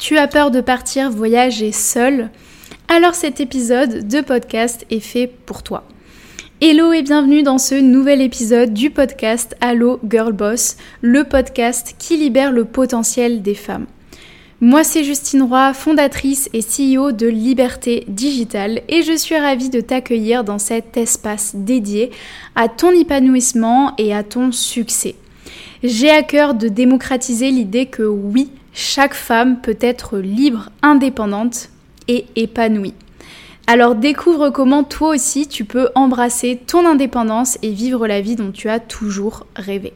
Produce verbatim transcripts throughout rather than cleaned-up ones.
Tu as peur de partir voyager seul? Alors cet épisode de podcast est fait pour toi. Hello et bienvenue dans ce nouvel épisode du podcast Allo Girl Boss, le podcast qui libère le potentiel des femmes. Moi c'est Justine Roy, fondatrice et C E O de Liberté Digitale et je suis ravie de t'accueillir dans cet espace dédié à ton épanouissement et à ton succès. J'ai à cœur de démocratiser l'idée que oui, chaque femme peut être libre, indépendante et épanouie. Alors découvre comment toi aussi tu peux embrasser ton indépendance et vivre la vie dont tu as toujours rêvé.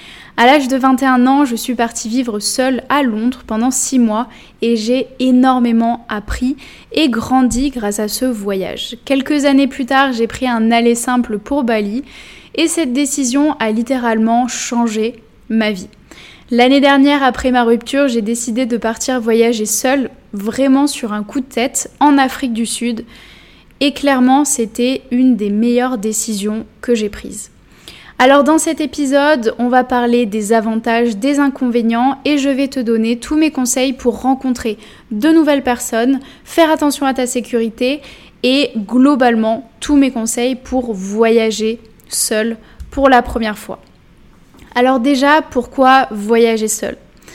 À l'âge de vingt et un ans, je suis partie vivre seule à Londres pendant six mois et j'ai énormément appris et grandi grâce à ce voyage. Quelques années plus tard, j'ai pris un aller simple pour Bali et cette décision a littéralement changé ma vie. L'année dernière, après ma rupture, j'ai décidé de partir voyager seule, vraiment sur un coup de tête, en Afrique du Sud. Et clairement, c'était une des meilleures décisions que j'ai prises. Alors dans cet épisode, on va parler des avantages, des inconvénients et je vais te donner tous mes conseils pour rencontrer de nouvelles personnes, faire attention à ta sécurité et globalement tous mes conseils pour voyager seule pour la première fois. Alors déjà, pourquoi voyager seul ?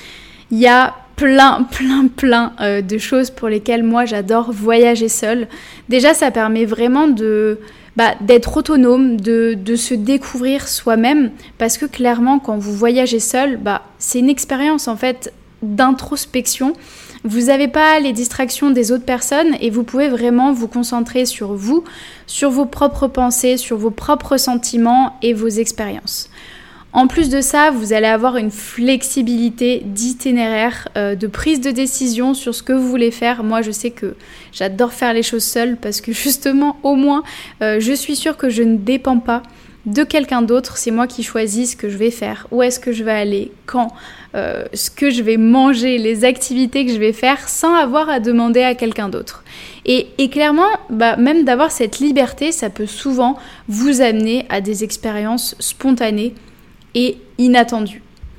Il y a plein, plein, plein euh, de choses pour lesquelles moi j'adore voyager seul. Déjà, ça permet vraiment de, bah, d'être autonome, de, de se découvrir soi-même parce que clairement, quand vous voyagez seul, bah, c'est une expérience en fait d'introspection. Vous n'avez pas les distractions des autres personnes et vous pouvez vraiment vous concentrer sur vous, sur vos propres pensées, sur vos propres sentiments et vos expériences. En plus de ça, vous allez avoir une flexibilité d'itinéraire, euh, de prise de décision sur ce que vous voulez faire. Moi, je sais que j'adore faire les choses seule parce que justement, au moins, euh, je suis sûre que je ne dépends pas de quelqu'un d'autre. C'est moi qui choisis ce que je vais faire, où est-ce que je vais aller, quand, euh, ce que je vais manger, les activités que je vais faire sans avoir à demander à quelqu'un d'autre. Et, et clairement, bah, même d'avoir cette liberté, ça peut souvent vous amener à des expériences spontanées et inattendu.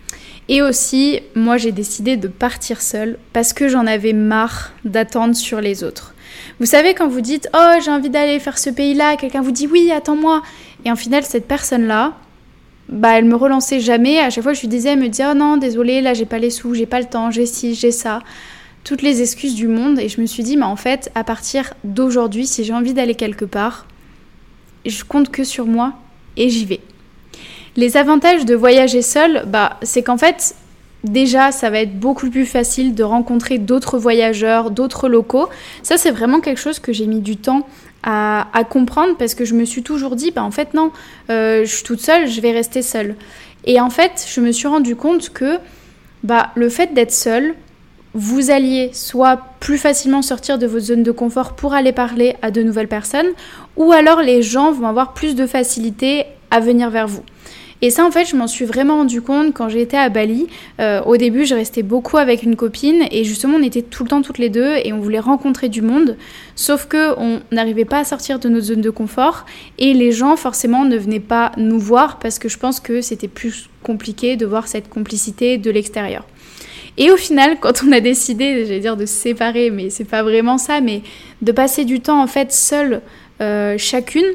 Et aussi, moi j'ai décidé de partir seule parce que j'en avais marre d'attendre sur les autres. Vous savez quand vous dites « Oh, j'ai envie d'aller faire ce pays-là », quelqu'un vous dit « Oui, attends-moi ». Et en final, cette personne-là, bah, elle me relançait jamais. À chaque fois, je lui disais, elle me disait « Oh non, désolée, là j'ai pas les sous, j'ai pas le temps, j'ai ci, j'ai ça ». Toutes les excuses du monde. Et je me suis dit « Mais en fait, à partir d'aujourd'hui, si j'ai envie d'aller quelque part, je compte que sur moi et j'y vais ». Les avantages de voyager seul, bah, c'est qu'en fait, déjà, ça va être beaucoup plus facile de rencontrer d'autres voyageurs, d'autres locaux. Ça, c'est vraiment quelque chose que j'ai mis du temps à, à comprendre parce que je me suis toujours dit, bah, en fait, non, euh, je suis toute seule, je vais rester seule. Et en fait, je me suis rendu compte que bah, le fait d'être seule, vous alliez soit plus facilement sortir de votre zone de confort pour aller parler à de nouvelles personnes, ou alors les gens vont avoir plus de facilité à venir vers vous. Et ça, en fait, je m'en suis vraiment rendu compte quand j'étais à Bali. Euh, au début, je restais beaucoup avec une copine et justement, on était tout le temps toutes les deux et on voulait rencontrer du monde. Sauf qu'on n'arrivait pas à sortir de notre zone de confort et les gens, forcément, ne venaient pas nous voir parce que je pense que c'était plus compliqué de voir cette complicité de l'extérieur. Et au final, quand on a décidé, j'allais dire de se séparer, mais c'est pas vraiment ça, mais de passer du temps, en fait, seule, euh, chacune,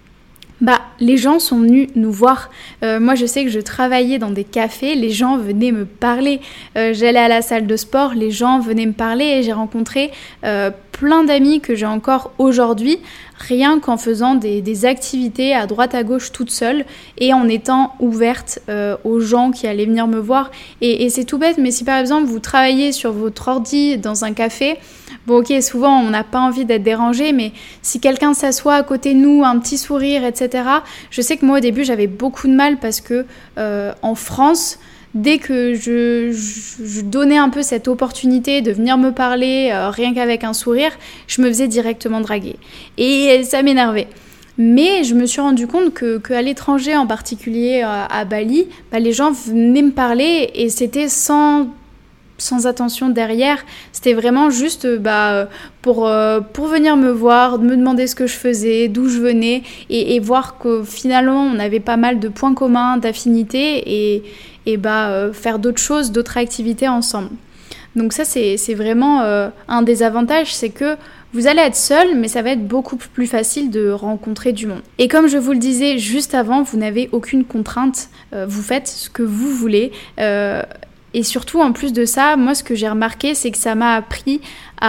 bah, les gens sont venus nous voir. Euh, moi, je sais que je travaillais dans des cafés, les gens venaient me parler. Euh, j'allais à la salle de sport, les gens venaient me parler et j'ai rencontré euh, plein d'amis que j'ai encore aujourd'hui, rien qu'en faisant des, des activités à droite à gauche toute seule et en étant ouverte euh, aux gens qui allaient venir me voir. Et, et c'est tout bête, mais si par exemple vous travaillez sur votre ordi dans un café, bon ok, souvent on n'a pas envie d'être dérangé, mais si quelqu'un s'assoit à côté de nous, un petit sourire, et cetera. Je sais que moi au début j'avais beaucoup de mal parce que euh, en France, dès que je, je, je donnais un peu cette opportunité de venir me parler euh, rien qu'avec un sourire, je me faisais directement draguer. Et ça m'énervait. Mais je me suis rendu compte que, qu'à l'étranger, en particulier euh, à Bali, bah, les gens venaient me parler et c'était sans... sans attention derrière, c'était vraiment juste bah, pour, euh, pour venir me voir, me demander ce que je faisais, d'où je venais et, et voir que finalement on avait pas mal de points communs, d'affinités et, et bah, euh, faire d'autres choses, d'autres activités ensemble. Donc ça, c'est, c'est vraiment euh, un des avantages, c'est que vous allez être seul, mais ça va être beaucoup plus facile de rencontrer du monde. Et comme je vous le disais juste avant, vous n'avez aucune contrainte, euh, vous faites ce que vous voulez. Euh, et surtout, en plus de ça, moi, ce que j'ai remarqué, c'est que ça m'a appris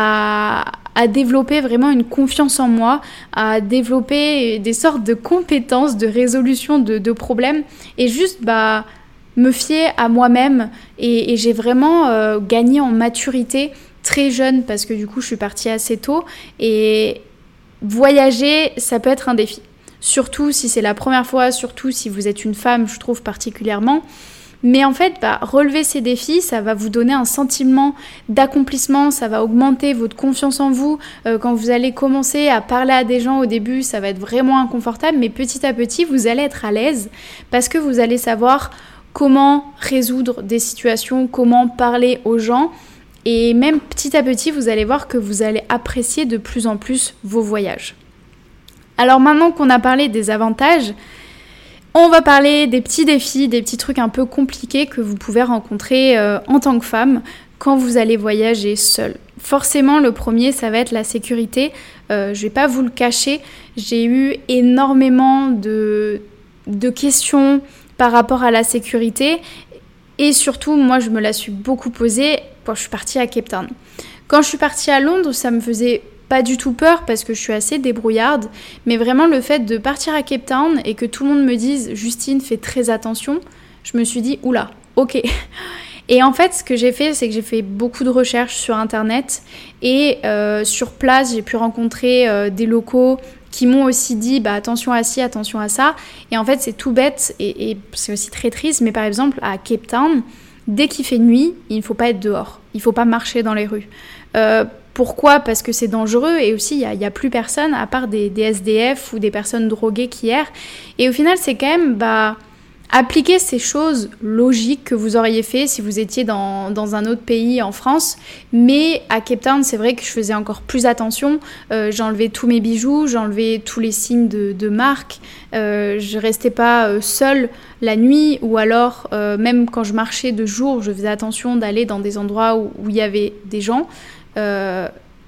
à, à développer vraiment une confiance en moi, à développer des sortes de compétences de résolution de, de problèmes, et juste, bah, me fier à moi-même. Et, et j'ai vraiment euh, gagné en maturité très jeune, parce que du coup je suis partie assez tôt, et voyager ça peut être un défi, surtout si c'est la première fois, surtout si vous êtes une femme, je trouve particulièrement. Mais en fait, bah, relever ces défis, ça va vous donner un sentiment d'accomplissement, ça va augmenter votre confiance en vous. Euh, quand vous allez commencer à parler à des gens au début, ça va être vraiment inconfortable, mais petit à petit vous allez être à l'aise, parce que vous allez savoir comment résoudre des situations, comment parler aux gens. Et même petit à petit, vous allez voir que vous allez apprécier de plus en plus vos voyages. Alors maintenant qu'on a parlé des avantages, on va parler des petits défis, des petits trucs un peu compliqués que vous pouvez rencontrer euh, en tant que femme quand vous allez voyager seule. Forcément, le premier, ça va être la sécurité. Euh, je vais pas vous le cacher, j'ai eu énormément de, de questions par rapport à la sécurité. Et surtout, moi, je me la suis beaucoup posée quand je suis partie à Cape Town. Quand je suis partie à Londres, ça me faisait pas du tout peur parce que je suis assez débrouillarde. Mais vraiment, le fait de partir à Cape Town et que tout le monde me dise « Justine, fais très attention », je me suis dit « Oula, ok ». Et en fait, ce que j'ai fait, c'est que j'ai fait beaucoup de recherches sur Internet. Et euh, sur place, j'ai pu rencontrer euh, des locaux qui m'ont aussi dit bah, attention à ci, attention à ça. Et en fait, c'est tout bête et, et c'est aussi très triste. Mais par exemple, à Cape Town, dès qu'il fait nuit, il ne faut pas être dehors. Il ne faut pas marcher dans les rues. Euh, pourquoi ? Parce que c'est dangereux et aussi, il n'y a, a plus personne à part des, des S D F ou des personnes droguées qui errent. Et au final, c'est quand même... bah appliquer ces choses logiques que vous auriez fait si vous étiez dans, dans un autre pays en France. Mais à Cape Town, c'est vrai que je faisais encore plus attention. Euh, j'enlevais tous mes bijoux, j'enlevais tous les signes de, de marque. Euh, je restais pas euh, seule la nuit ou alors, euh, même quand je marchais de jour, je faisais attention d'aller dans des endroits où, où il y avait des gens. Euh,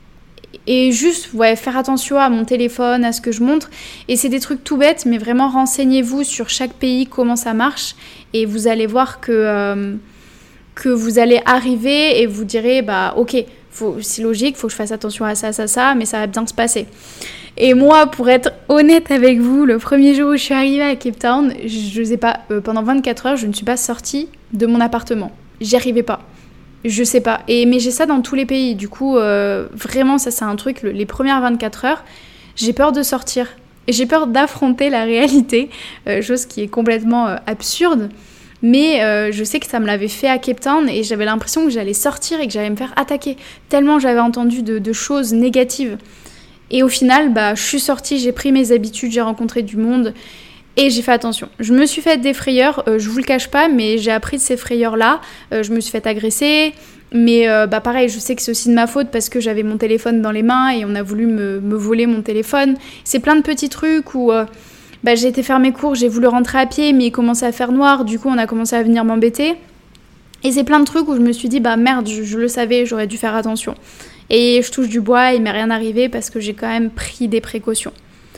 Et juste, ouais, faire attention à mon téléphone, à ce que je montre. Et c'est des trucs tout bêtes, mais vraiment renseignez-vous sur chaque pays, comment ça marche. Et vous allez voir que, euh, que vous allez arriver et vous direz, bah ok, faut, c'est logique, il faut que je fasse attention à ça, ça, ça, mais ça va bien se passer. Et moi, pour être honnête avec vous, le premier jour où je suis arrivée à Cape Town, je ne sais pas, euh, pendant vingt-quatre heures, je ne suis pas sortie de mon appartement. J'y arrivais pas. Je sais pas. Et, mais j'ai ça dans tous les pays. Du coup, euh, vraiment, ça, c'est un truc, le, les premières vingt-quatre heures, j'ai peur de sortir. Et j'ai peur d'affronter la réalité, euh, chose qui est complètement euh, absurde. Mais euh, je sais que ça me l'avait fait à Cape Town et j'avais l'impression que j'allais sortir et que j'allais me faire attaquer. Tellement j'avais entendu de, de choses négatives. Et au final, bah, je suis sortie, j'ai pris mes habitudes, j'ai rencontré du monde. Et j'ai fait attention. Je me suis fait des frayeurs, euh, je vous le cache pas, mais j'ai appris de ces frayeurs-là. Euh, je me suis fait agresser, mais euh, bah pareil, je sais que c'est aussi de ma faute parce que j'avais mon téléphone dans les mains et on a voulu me, me voler mon téléphone. C'est plein de petits trucs où euh, bah, j'ai été faire mes cours, j'ai voulu rentrer à pied, mais il commençait à faire noir, du coup on a commencé à venir m'embêter. Et c'est plein de trucs où je me suis dit, bah merde, je, je le savais, j'aurais dû faire attention. Et je touche du bois, il m'est rien arrivé parce que j'ai quand même pris des précautions.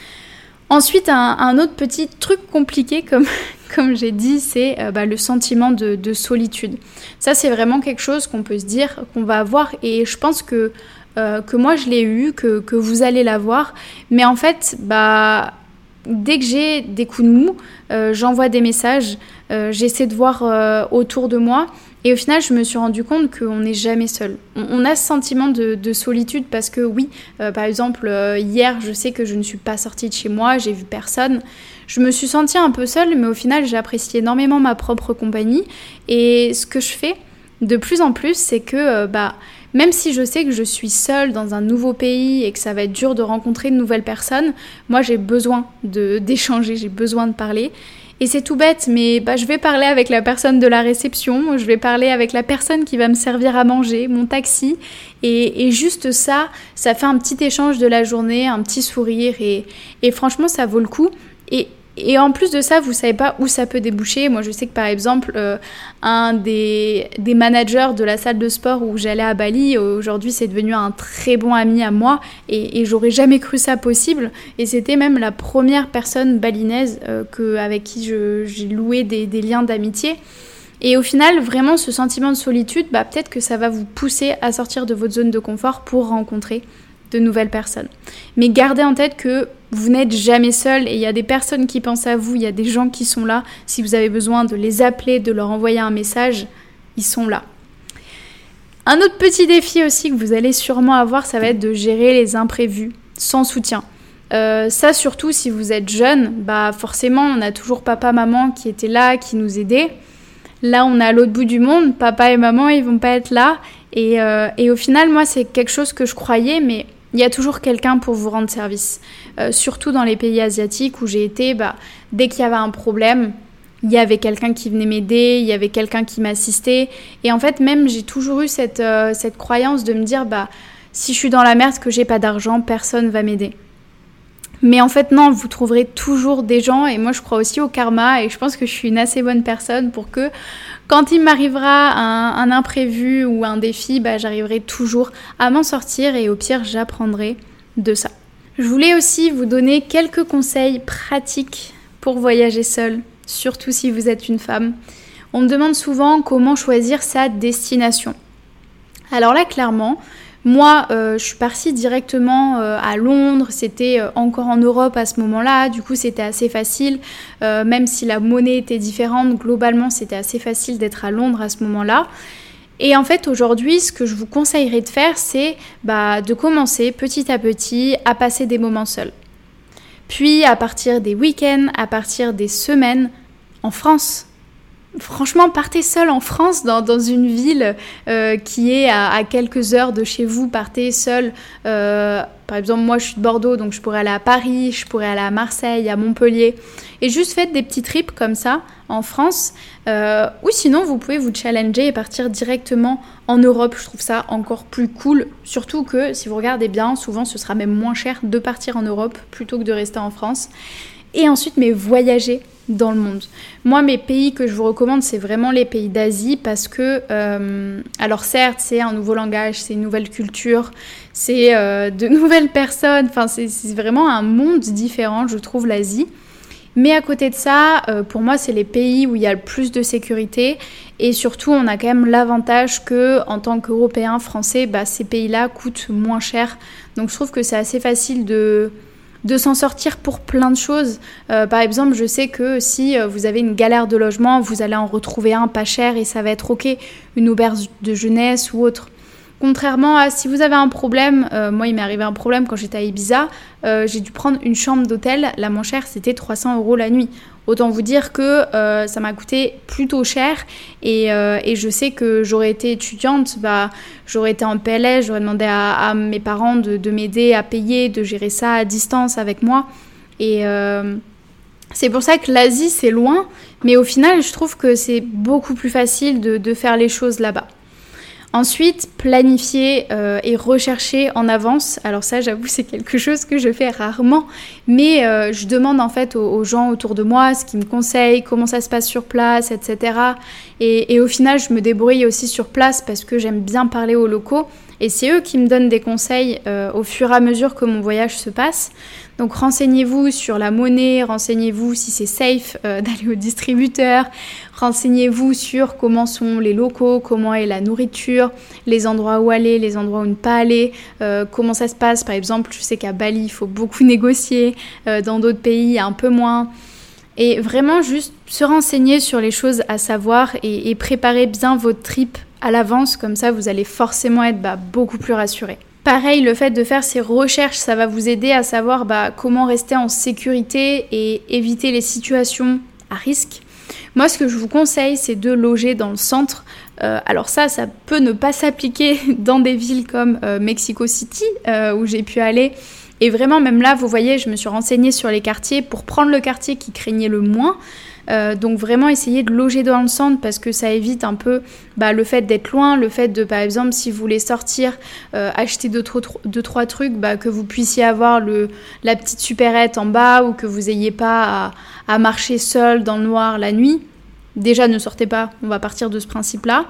Ensuite, un, un autre petit truc compliqué, comme, comme j'ai dit, c'est euh, bah, le sentiment de, de solitude. Ça, c'est vraiment quelque chose qu'on peut se dire, qu'on va avoir. Et je pense que, euh, que moi, je l'ai eu, que, que vous allez l'avoir. Mais en fait, bah, dès que j'ai des coups de mou, euh, j'envoie des messages, euh, j'essaie de voir euh, autour de moi. Et au final, je me suis rendu compte qu'on n'est jamais seul. On, on a ce sentiment de, de solitude parce que oui, euh, par exemple, euh, hier, je sais que je ne suis pas sortie de chez moi, j'ai vu personne. Je me suis sentie un peu seule, mais au final, j'ai apprécié énormément ma propre compagnie. Et ce que je fais de plus en plus, c'est que euh, bah, même si je sais que je suis seule dans un nouveau pays et que ça va être dur de rencontrer de nouvelles personnes, moi, j'ai besoin de, d'échanger, j'ai besoin de parler. Et c'est tout bête, mais bah, je vais parler avec la personne de la réception, je vais parler avec la personne qui va me servir à manger, mon taxi. Et, et juste ça, ça fait un petit échange de la journée, un petit sourire. Et, et franchement, ça vaut le coup. Et Et en plus de ça, vous savez pas où ça peut déboucher. Moi, je sais que par exemple, euh, un des, des managers de la salle de sport où j'allais à Bali, aujourd'hui, c'est devenu un très bon ami à moi. Et, et j'aurais jamais cru ça possible. Et c'était même la première personne balinaise euh, que, avec qui je, j'ai loué des, des liens d'amitié. Et au final, vraiment, ce sentiment de solitude, bah, peut-être que ça va vous pousser à sortir de votre zone de confort pour rencontrer de nouvelles personnes. Mais gardez en tête que vous n'êtes jamais seul et il y a des personnes qui pensent à vous, il y a des gens qui sont là. Si vous avez besoin de les appeler, de leur envoyer un message, ils sont là. Un autre petit défi aussi que vous allez sûrement avoir, ça va être de gérer les imprévus sans soutien. Euh, ça surtout si vous êtes jeune, bah forcément on a toujours papa, maman qui étaient là, qui nous aidaient. Là on est à l'autre bout du monde, papa et maman ils vont pas être là. Et, euh, et au final moi c'est quelque chose que je croyais, mais il y a toujours quelqu'un pour vous rendre service. Euh, surtout dans les pays asiatiques où j'ai été, bah, dès qu'il y avait un problème, il y avait quelqu'un qui venait m'aider, il y avait quelqu'un qui m'assistait. Et en fait, même, j'ai toujours eu cette, euh, cette croyance de me dire, bah, si je suis dans la merde, que j'ai pas d'argent, personne va m'aider. Mais en fait, non, vous trouverez toujours des gens. Et moi, je crois aussi au karma. Et je pense que je suis une assez bonne personne pour que, quand il m'arrivera un, un imprévu ou un défi, bah, j'arriverai toujours à m'en sortir. Et au pire, j'apprendrai de ça. Je voulais aussi vous donner quelques conseils pratiques pour voyager seule, surtout si vous êtes une femme. On me demande souvent comment choisir sa destination. Alors là, clairement, moi, euh, je suis partie directement euh, à Londres, c'était euh, encore en Europe à ce moment-là, du coup c'était assez facile, euh, même si la monnaie était différente, globalement c'était assez facile d'être à Londres à ce moment-là. Et en fait aujourd'hui, ce que je vous conseillerais de faire, c'est bah, de commencer petit à petit à passer des moments seuls. Puis à partir des week-ends, à partir des semaines, en France. Franchement, partez seul en France, dans, dans une ville euh, qui est à, à quelques heures de chez vous. Partez seul. Euh, par exemple, moi, je suis de Bordeaux, donc je pourrais aller à Paris, je pourrais aller à Marseille, à Montpellier. Et juste faites des petits trips comme ça en France. Euh, ou sinon, vous pouvez vous challenger et partir directement en Europe. Je trouve ça encore plus cool. Surtout que, si vous regardez bien, souvent, ce sera même moins cher de partir en Europe plutôt que de rester en France. Et ensuite, mais voyager dans le monde. Moi, mes pays que je vous recommande, c'est vraiment les pays d'Asie parce que, euh, alors certes, c'est un nouveau langage, c'est une nouvelle culture, c'est euh, de nouvelles personnes, enfin, c'est, c'est vraiment un monde différent, je trouve, l'Asie. Mais à côté de ça, euh, pour moi, c'est les pays où il y a le plus de sécurité et surtout, on a quand même l'avantage que, en tant qu'Européens, Français, bah, ces pays-là coûtent moins cher. Donc, je trouve que c'est assez facile de... de s'en sortir pour plein de choses. Euh, par exemple, je sais que si euh, vous avez une galère de logement, vous allez en retrouver un pas cher et ça va être ok, une auberge de jeunesse ou autre. Contrairement à si vous avez un problème, euh, moi il m'est arrivé un problème quand j'étais à Ibiza, euh, j'ai dû prendre une chambre d'hôtel, la moins chère c'était trois cents euros la nuit. Autant vous dire que euh, ça m'a coûté plutôt cher et, euh, et je sais que j'aurais été étudiante, bah, j'aurais été en P L S, j'aurais demandé à, à mes parents de, de m'aider à payer, de gérer ça à distance avec moi. Et euh, c'est pour ça que l'Asie c'est loin, mais au final je trouve que c'est beaucoup plus facile de, de faire les choses là-bas. Ensuite, planifier euh, et rechercher en avance. Alors ça, j'avoue, c'est quelque chose que je fais rarement. Mais euh, je demande en fait aux, aux gens autour de moi ce qu'ils me conseillent, comment ça se passe sur place, et cetera. Et, et au final, je me débrouille aussi sur place parce que j'aime bien parler aux locaux. Et c'est eux qui me donnent des conseils euh, au fur et à mesure que mon voyage se passe. Donc renseignez-vous sur la monnaie, renseignez-vous si c'est safe euh, d'aller au distributeur, renseignez-vous sur comment sont les locaux, comment est la nourriture, les endroits où aller, les endroits où ne pas aller, euh, comment ça se passe. Par exemple, je sais qu'à Bali, il faut beaucoup négocier, euh, dans d'autres pays, un peu moins. Et vraiment juste se renseigner sur les choses à savoir et, et préparer bien votre trip à l'avance, comme ça vous allez forcément être bah, beaucoup plus rassuré. Pareil, le fait de faire ces recherches, ça va vous aider à savoir bah, comment rester en sécurité et éviter les situations à risque. Moi, ce que je vous conseille, c'est de loger dans le centre. Euh, alors ça, ça peut ne pas s'appliquer dans des villes comme euh, Mexico City, euh, où j'ai pu aller. Et vraiment, même là, vous voyez, je me suis renseignée sur les quartiers pour prendre le quartier qui craignait le moins. Euh, donc vraiment essayer de loger dans le centre parce que ça évite un peu bah, le fait d'être loin, le fait de, par exemple, si vous voulez sortir, euh, acheter deux, trois, deux, trois trucs, bah, que vous puissiez avoir le, la petite supérette en bas ou que vous n'ayez pas à, à marcher seul dans le noir la nuit. Déjà, ne sortez pas, on va partir de ce principe-là.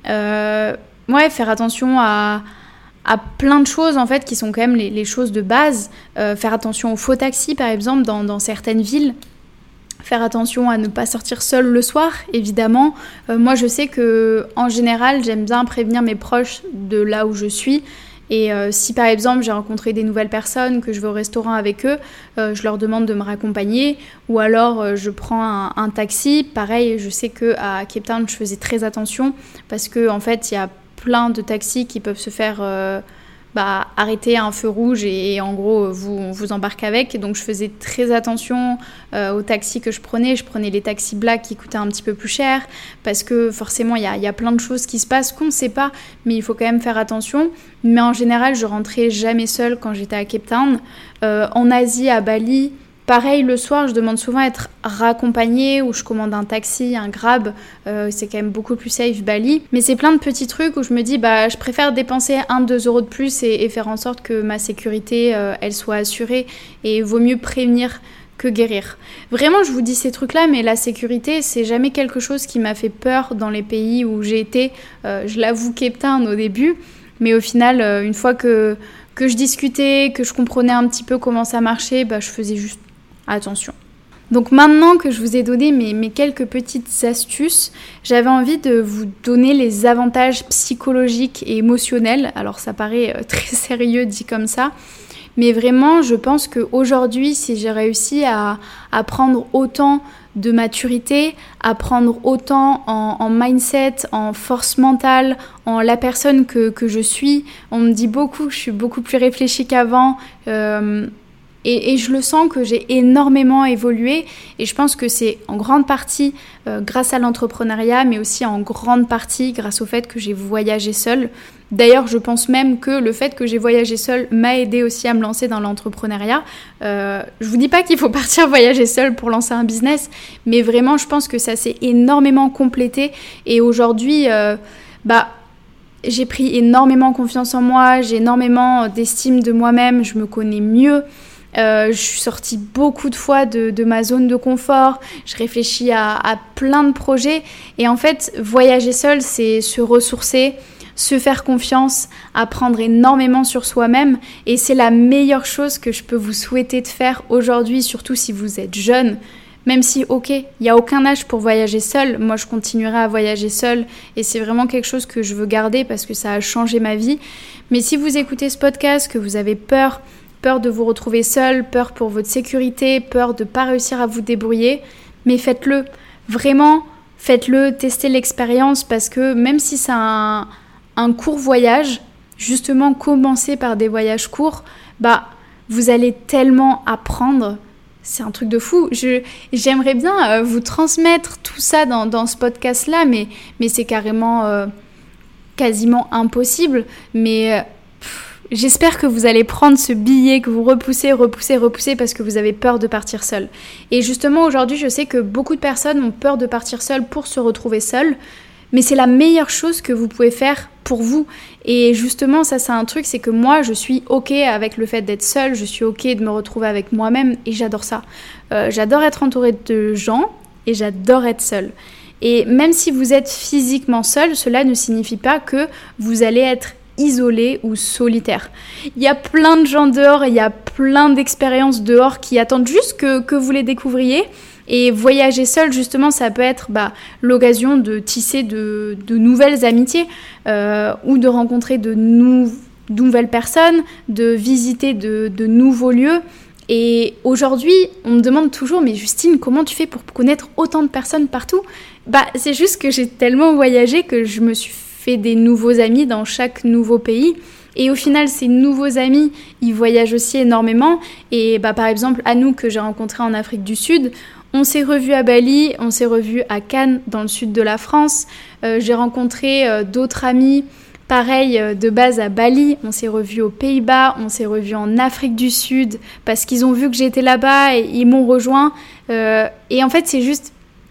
Euh, ouais, faire attention à... à plein de choses en fait qui sont quand même les, les choses de base. Euh, faire attention aux faux taxis par exemple dans, dans certaines villes. Faire attention à ne pas sortir seul le soir, évidemment. Euh, moi, je sais que en général, j'aime bien prévenir mes proches de là où je suis. Et euh, si par exemple j'ai rencontré des nouvelles personnes, que je vais au restaurant avec eux, euh, je leur demande de me raccompagner. Ou alors euh, je prends un, un taxi. Pareil, je sais qu'à Cape Town, je faisais très attention parce qu'en en fait, il y a plein de taxis qui peuvent se faire euh, bah, arrêter à un feu rouge et, et en gros vous, on vous embarque avec. Et donc je faisais très attention euh, aux taxis que je prenais. Je prenais les taxis black qui coûtaient un petit peu plus cher parce que forcément il y a, y a plein de choses qui se passent qu'on ne sait pas, mais il faut quand même faire attention. Mais en général je rentrais jamais seule quand j'étais à Cape Town. Euh, en Asie, à Bali, pareil, le soir, je demande souvent à être raccompagnée ou je commande un taxi, un Grab. Euh, c'est quand même beaucoup plus safe Bali. Mais c'est plein de petits trucs où je me dis, bah, je préfère dépenser un deux euros de plus et, et faire en sorte que ma sécurité, euh, elle soit assurée. Et il vaut mieux prévenir que guérir. Vraiment, je vous dis ces trucs-là, mais la sécurité, c'est jamais quelque chose qui m'a fait peur dans les pays où j'ai été. Euh, je l'avoue, Cape Town au début. Mais au final, euh, une fois que, que je discutais, que je comprenais un petit peu comment ça marchait, bah, je faisais juste attention. Donc maintenant que je vous ai donné mes, mes quelques petites astuces, j'avais envie de vous donner les avantages psychologiques et émotionnels. Alors ça paraît très sérieux dit comme ça, mais vraiment je pense qu'aujourd'hui, si j'ai réussi à, à prendre autant de maturité, à prendre autant en, en mindset, en force mentale, en la personne que, que je suis, on me dit beaucoup que je suis beaucoup plus réfléchie qu'avant, euh, Et, et je le sens que j'ai énormément évolué et je pense que c'est en grande partie euh, grâce à l'entrepreneuriat, mais aussi en grande partie grâce au fait que j'ai voyagé seule. D'ailleurs, je pense même que le fait que j'ai voyagé seule m'a aidé aussi à me lancer dans l'entrepreneuriat. Euh, je vous dis pas qu'il faut partir voyager seule pour lancer un business, mais vraiment, je pense que ça s'est énormément complété et aujourd'hui, euh, bah... j'ai pris énormément confiance en moi, j'ai énormément d'estime de moi-même, je me connais mieux. Euh, je suis sortie beaucoup de fois de, de ma zone de confort, je réfléchis à, à plein de projets et en fait, voyager seul, c'est se ressourcer, se faire confiance, apprendre énormément sur soi-même et c'est la meilleure chose que je peux vous souhaiter de faire aujourd'hui, surtout si vous êtes jeune. Même si, ok, il n'y a aucun âge pour voyager seul, moi je continuerai à voyager seule et c'est vraiment quelque chose que je veux garder parce que ça a changé ma vie. Mais si vous écoutez ce podcast, que vous avez peur, peur de vous retrouver seul, peur pour votre sécurité, peur de ne pas réussir à vous débrouiller, mais faites-le. Vraiment, faites-le, testez l'expérience parce que même si c'est un, un court voyage, justement commencer par des voyages courts, bah vous allez tellement apprendre. C'est un truc de fou. Je, j'aimerais bien euh, vous transmettre tout ça dans, dans ce podcast-là, mais, mais c'est carrément euh, quasiment impossible. Mais euh, pff, j'espère que vous allez prendre ce billet, que vous repoussez, repoussez, repoussez parce que vous avez peur de partir seul. Et justement, aujourd'hui, je sais que beaucoup de personnes ont peur de partir seul pour se retrouver seul. Mais c'est la meilleure chose que vous pouvez faire pour vous. Et justement, ça c'est un truc, c'est que moi je suis ok avec le fait d'être seule, je suis ok de me retrouver avec moi-même et j'adore ça. Euh, j'adore être entourée de gens et j'adore être seule. Et même si vous êtes physiquement seul, cela ne signifie pas que vous allez être isolé ou solitaire. Il y a plein de gens dehors, il y a plein d'expériences dehors qui attendent juste que, que vous les découvriez. Et voyager seul, justement, ça peut être bah, l'occasion de tisser de, de nouvelles amitiés euh, ou de rencontrer de, nou- de nouvelles personnes, de visiter de, de nouveaux lieux. Et aujourd'hui, on me demande toujours « Mais Justine, comment tu fais pour connaître autant de personnes partout ?» Bah, c'est juste que j'ai tellement voyagé que je me suis fait des nouveaux amis dans chaque nouveau pays. Et au final, ces nouveaux amis, ils voyagent aussi énormément. Et bah, par exemple, Anouk, que j'ai rencontré en Afrique du Sud, on s'est revus à Bali, on s'est revus à Cannes, dans le sud de la France. Euh, j'ai rencontré euh, d'autres amis, pareil, euh, de base à Bali. On s'est revus aux Pays-Bas, on s'est revus en Afrique du Sud, parce qu'ils ont vu que j'étais là-bas et ils m'ont rejoint. Euh, et en fait, c'est juste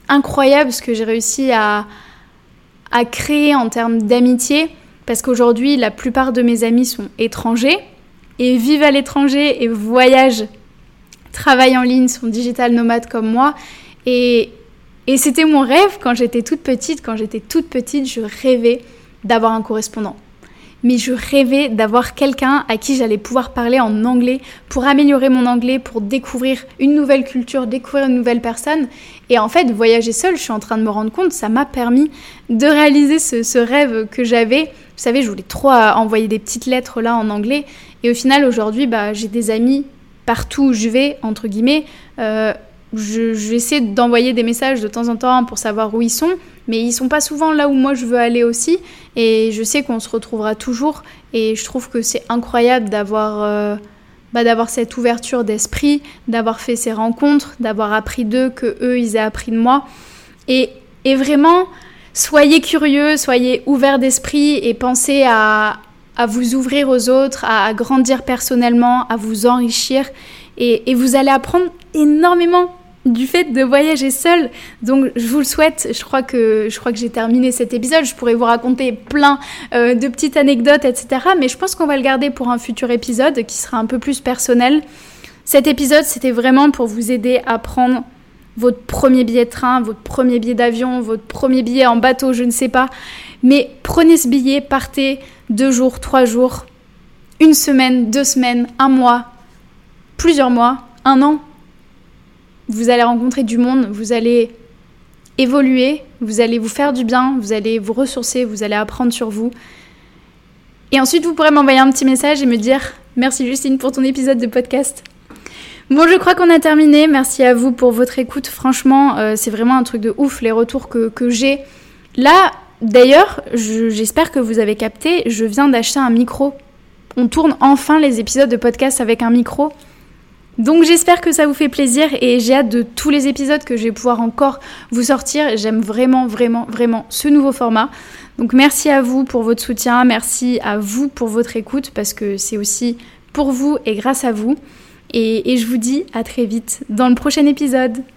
incroyable ce que j'ai réussi à, à créer en termes d'amitié, parce qu'aujourd'hui, la plupart de mes amis sont étrangers, et vivent à l'étranger, et voyagent, travaillent en ligne, sont digital nomades comme moi, et, et c'était mon rêve quand j'étais toute petite. Quand j'étais toute petite, je rêvais d'avoir un correspondant. Mais je rêvais d'avoir quelqu'un à qui j'allais pouvoir parler en anglais pour améliorer mon anglais, pour découvrir une nouvelle culture, découvrir une nouvelle personne. Et en fait, voyager seule, je suis en train de me rendre compte, ça m'a permis de réaliser ce, ce rêve que j'avais. Vous savez, je voulais trop envoyer des petites lettres là en anglais. Et au final, aujourd'hui, bah, j'ai des amis partout où je vais, entre guillemets. Euh, je, je vais essayer d'envoyer des messages de temps en temps pour savoir où ils sont. Mais ils sont pas souvent là où moi je veux aller aussi, et je sais qu'on se retrouvera toujours, et je trouve que c'est incroyable d'avoir, euh, bah, d'avoir cette ouverture d'esprit, d'avoir fait ces rencontres, d'avoir appris d'eux, que eux ils aient appris de moi, et, et vraiment, soyez curieux, soyez ouverts d'esprit, et pensez à, à vous ouvrir aux autres, à, à grandir personnellement, à vous enrichir, et, et vous allez apprendre énormément du fait de voyager seul. Donc je vous le souhaite. Je crois que, je crois que j'ai terminé cet épisode. Je pourrais vous raconter plein euh, de petites anecdotes, et cetera. Mais je pense qu'on va le garder pour un futur épisode qui sera un peu plus personnel. Cet épisode, c'était vraiment pour vous aider à prendre votre premier billet de train, votre premier billet d'avion, votre premier billet en bateau, je ne sais pas. Mais prenez ce billet, partez deux jours, trois jours, une semaine, deux semaines, un mois, plusieurs mois, un an. Vous allez rencontrer du monde, vous allez évoluer, vous allez vous faire du bien, vous allez vous ressourcer, vous allez apprendre sur vous. Et ensuite, vous pourrez m'envoyer un petit message et me dire « Merci Justine pour ton épisode de podcast ». Bon, je crois qu'on a terminé. Merci à vous pour votre écoute. Franchement, euh, c'est vraiment un truc de ouf, les retours que, que j'ai. Là, d'ailleurs, je, j'espère que vous avez capté, je viens d'acheter un micro. On tourne enfin les épisodes de podcast avec un micro. Donc j'espère que ça vous fait plaisir, et j'ai hâte de tous les épisodes que je vais pouvoir encore vous sortir. J'aime vraiment, vraiment, vraiment ce nouveau format. Donc merci à vous pour votre soutien, merci à vous pour votre écoute, parce que c'est aussi pour vous et grâce à vous. Et, et je vous dis à très vite dans le prochain épisode.